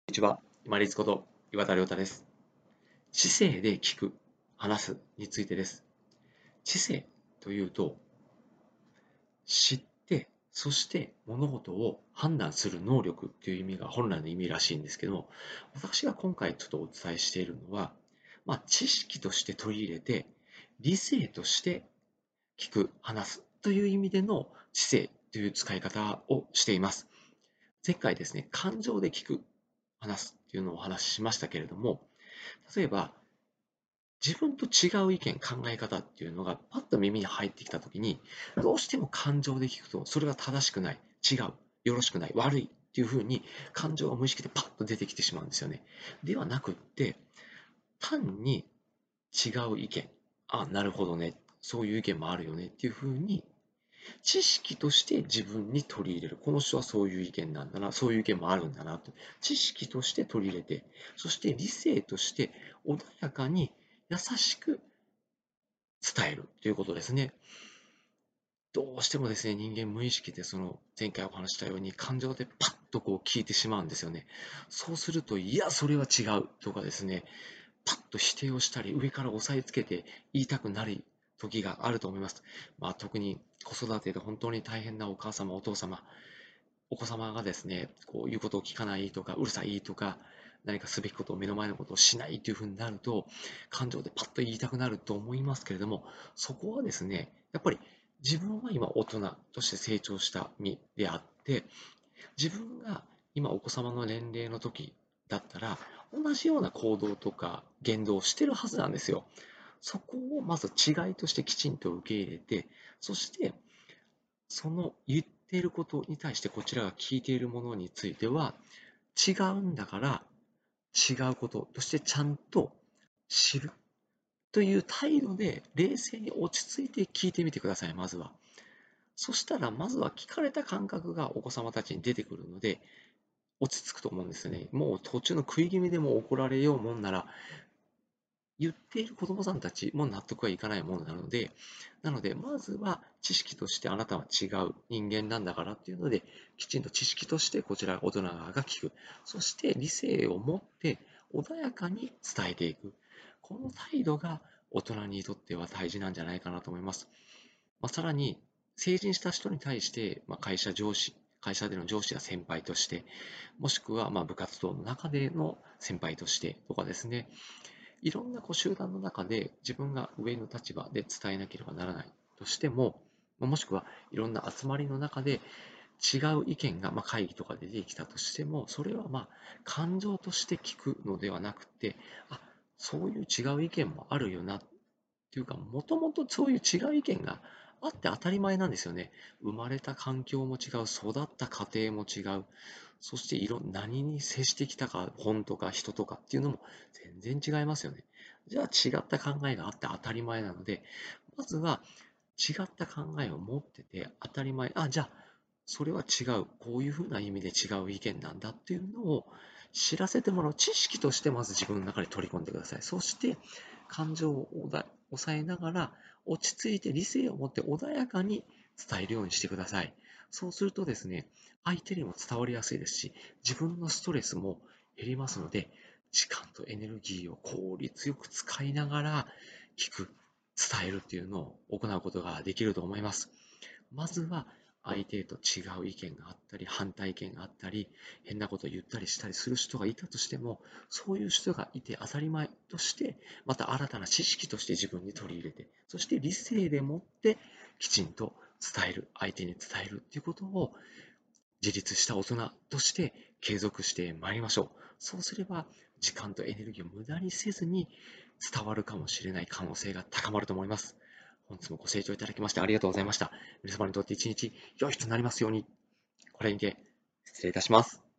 にちは、今立こと岩田亮太です。知性で聞く、話すについてです。知性というと、知って、そして物事を判断する能力という意味が本来の意味らしいんですけども、私が今回ちょっとお伝えしているのは、知識として取り入れて、理性として聞く、話すという意味での知性という使い方をしています。前回ですね、感情で聞く、話すっていうのをお話ししましたけれども、例えば自分と違う意見、考え方っていうのがパッと耳に入ってきたときに、どうしても感情で聞くと、それが正しくない、違う、よろしくない、悪いっていうふうに感情が無意識でパッと出てきてしまうんですよね。ではなくって、単に違う意見、あ、なるほどね、そういう意見もあるよねっていうふうに、知識として自分に取り入れる。この人はそういう意見なんだな、そういう意見もあるんだなと。知識として取り入れて、そして理性として穏やかに優しく伝えるということですね。どうしてもですね、人間無意識でその前回お話したように感情でパッとこう聞いてしまうんですよね。そうすると、いや、それは違うとかですね、パッと否定をしたり、上から押さえつけて言いたくなる時があると思います。特に子育てで本当に大変なお母様、お父様、お子様がですね、こういうことを聞かないとか、うるさいとか、何かすべきことを目の前のことをしないというふうになると、感情でパッと言いたくなると思いますけれども、そこはですね、やっぱり自分は今大人として成長した身であって、自分が今お子様の年齢の時だったら、同じような行動とか言動をしてるはずなんですよ。そこをまず違いとしてきちんと受け入れて、そしてその言っていることに対してこちらが聞いているものについては、違うんだから違うこととしてちゃんと知るという態度で冷静に落ち着いて聞いてみてください、まずは。そしたら、まずは聞かれた感覚がお子様たちに出てくるので、落ち着くと思うんですよね。もう途中の食い気味でも怒られようもんなら、言っている子供さんたちも納得はいかないものなので、まずは知識としてあなたは違う人間なんだからっていうので、きちんと知識としてこちら大人側が聞く。そして理性を持って穏やかに伝えていく。この態度が大人にとっては大事なんじゃないかなと思います。さらに、成人した人に対して、会社での上司や先輩として、もしくは部活動の中での先輩としてとかですね、いろんな集団の中で自分が上の立場で伝えなければならないとしても、もしくはいろんな集まりの中で違う意見が会議とかで出てきたとしても、それは感情として聞くのではなくて、あ、そういう違う意見もあるよなっていうか、もともとそういう違う意見があって当たり前なんですよね。生まれた環境も違う、育った家庭も違う、そして何に接してきたか、本とか人とかっていうのも全然違いますよね。じゃあ違った考えがあって当たり前なので、まずは違った考えを持ってて当たり前、じゃあそれは違う、こういうふうな意味で違う意見なんだっていうのを知らせてもらう知識としてまず自分の中に取り込んでください。そして感情を抑えながら落ち着いて理性を持って穏やかに伝えるようにしてください。そうするとですね、相手にも伝わりやすいですし、自分のストレスも減りますので、時間とエネルギーを効率よく使いながら聞く、伝えるっていうのを行うことができると思います。まずは相手と違う意見があったり、反対意見があったり、変なことを言ったりしたりする人がいたとしても、そういう人がいて当たり前として、また新たな知識として自分に取り入れて、そして理性でもってきちんと伝える、相手に伝えるっていうことを自立した大人として継続してまいりましょう。そうすれば、時間とエネルギーを無駄にせずに伝わるかもしれない可能性が高まると思います。本日もご清聴いただきましてありがとうございました。皆様にとって一日良い日となりますように。これにて失礼いたします。